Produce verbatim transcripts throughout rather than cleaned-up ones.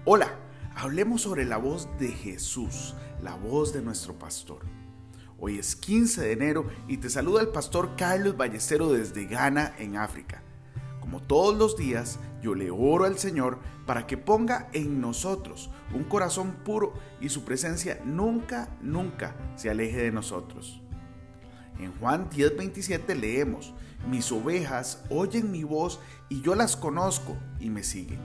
Hola, hablemos sobre la voz de Jesús, la voz de nuestro pastor. Hoy es quince de enero y te saluda el pastor Carlos Ballestero desde Ghana, en África. Como todos los días, yo le oro al Señor para que ponga en nosotros un corazón puro y su presencia nunca, nunca se aleje de nosotros. En Juan diez veintisiete leemos: mis ovejas oyen mi voz y yo las conozco y me siguen.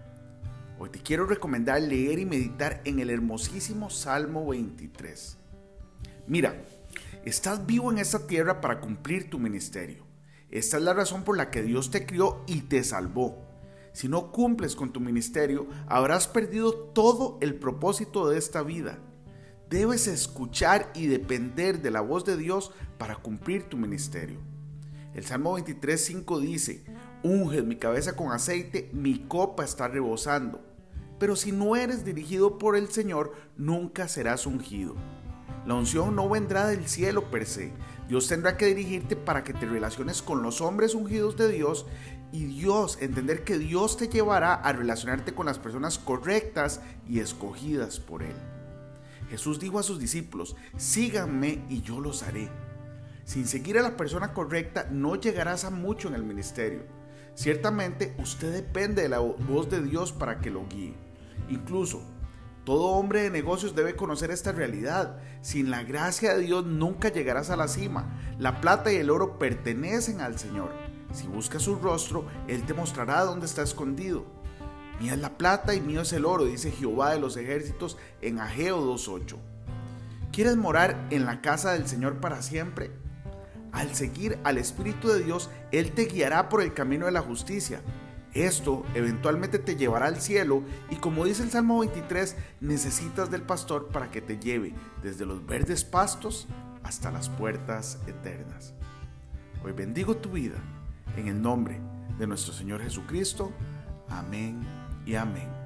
Hoy te quiero recomendar leer y meditar en el hermosísimo Salmo veintitrés. Mira, estás vivo en esta tierra para cumplir tu ministerio. Esta es la razón por la que Dios te crió y te salvó. Si no cumples con tu ministerio, habrás perdido todo el propósito de esta vida. Debes escuchar y depender de la voz de Dios para cumplir tu ministerio. El Salmo veintitrés cinco dice: unges mi cabeza con aceite, mi copa está rebosando. Pero si no eres dirigido por el Señor, nunca serás ungido. La unción no vendrá del cielo per se. Dios tendrá que dirigirte para que te relaciones con los hombres ungidos de Dios y Dios, entender que Dios te llevará a relacionarte con las personas correctas y escogidas por Él. Jesús dijo a sus discípulos: síganme y yo los haré. Sin seguir a la persona correcta no llegarás a mucho en el ministerio. Ciertamente usted depende de la voz de Dios para que lo guíe. Incluso todo hombre de negocios debe conocer esta realidad. Sin la gracia de Dios nunca llegarás a la cima. La plata y el oro pertenecen al Señor. Si buscas su rostro, Él te mostrará dónde está escondido. Mía es la plata y mío es el oro, dice Jehová de los ejércitos en Ageo dos ocho. ¿Quieres morar en la casa del Señor para siempre? Al seguir al Espíritu de Dios, Él te guiará por el camino de la justicia. Esto eventualmente te llevará al cielo y, como dice el Salmo veintitrés, necesitas del pastor para que te lleve desde los verdes pastos hasta las puertas eternas. Hoy bendigo tu vida en el nombre de nuestro Señor Jesucristo. Amén y amén.